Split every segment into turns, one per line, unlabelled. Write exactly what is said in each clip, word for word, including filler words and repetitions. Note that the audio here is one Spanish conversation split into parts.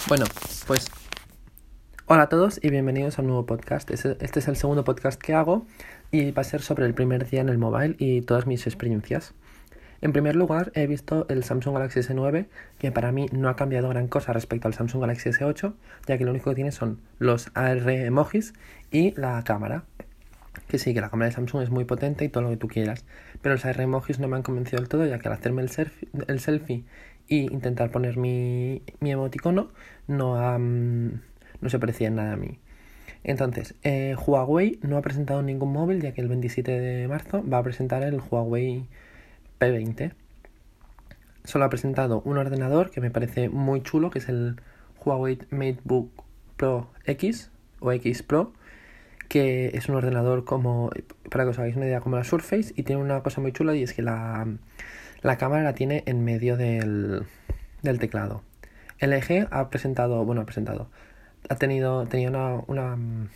Bueno, pues hola a todos y bienvenidos a un nuevo podcast. Este es el segundo podcast que hago y va a ser sobre el primer día en el mobile y todas mis experiencias. En primer lugar, he visto el Samsung Galaxy ese nueve, que para mí no ha cambiado gran cosa respecto al Samsung Galaxy ese ocho, ya que lo único que tiene son los A R emojis y la cámara. Que sí, que la cámara de Samsung es muy potente y todo lo que tú quieras, pero los A R emojis no me han convencido del todo, ya que al hacerme el selfie, el selfie y intentar poner mi, mi emoticono no, um, no se parecía en nada a mí. Entonces, eh, Huawei no ha presentado ningún móvil, ya que el veintisiete de marzo va a presentar el Huawei P veinte. Solo ha presentado un ordenador que me parece muy chulo, que es el Huawei MateBook Pro X o X Pro, que es un ordenador como, para que os hagáis una idea, como la Surface, y tiene una cosa muy chula, y es que la, la cámara la tiene en medio del, del teclado. L G ha presentado, bueno, ha presentado, ha tenido, tenía una, una,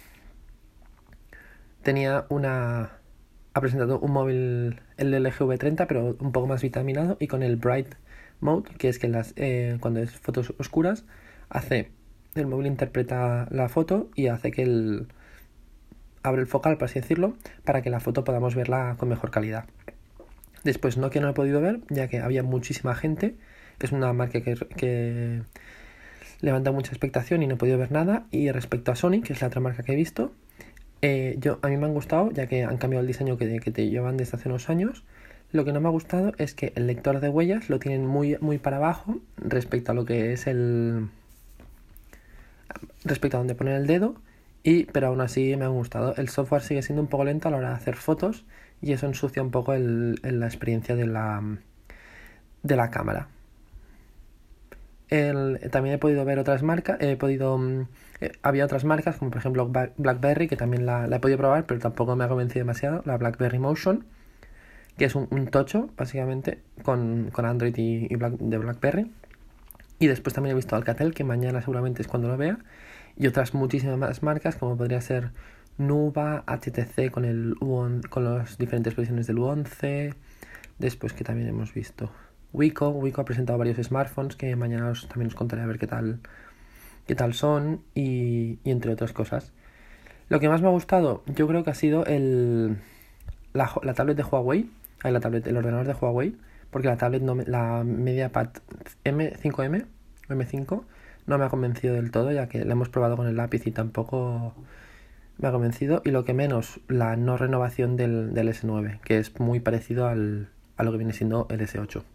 tenía una, ha presentado un móvil, el L G V treinta, pero un poco más vitaminado y con el Bright Mode, que es que las, eh, cuando es fotos oscuras, hace, el móvil interpreta la foto y hace que el abre el focal, por así decirlo, para que la foto podamos verla con mejor calidad. Después Nokia no lo he podido ver, ya que había muchísima gente. Es una marca que, que levanta mucha expectación y no he podido ver nada. Y respecto a Sony, que es la otra marca que he visto, eh, yo, a mí me han gustado, ya que han cambiado el diseño que, que te llevan desde hace unos años. Lo que no me ha gustado es que el lector de huellas lo tienen muy, muy para abajo respecto a lo que es el... respecto a donde poner el dedo. Y, pero aún así me ha gustado. El software sigue siendo un poco lento a la hora de hacer fotos y eso ensucia un poco el, el, la experiencia de la, de la cámara. El, también he podido ver otras marcas, he podido eh, había otras marcas como por ejemplo BlackBerry, que también la, la he podido probar, pero tampoco me ha convencido demasiado, la BlackBerry Motion, que es un, un tocho básicamente con, con Android y, y Black, de BlackBerry. Y después también he visto Alcatel, que mañana seguramente es cuando lo vea, y otras muchísimas más marcas, como podría ser Nuva, H T C con el U once, con las diferentes versiones del U once. Después, que también hemos visto Wiko. Wiko ha presentado varios smartphones que mañana os, también os contaré a ver qué tal, qué tal son, y, y entre otras cosas. Lo que más me ha gustado, yo creo que ha sido el la, la tablet de Huawei, la tablet, el ordenador de Huawei, porque la tablet, no, la MediaPad M cinco M o M cinco, no me ha convencido del todo, ya que la hemos probado con el lápiz y tampoco me ha convencido. Y lo que menos, la no renovación del, del ese nueve, que es muy parecido al, a lo que viene siendo el ese ocho.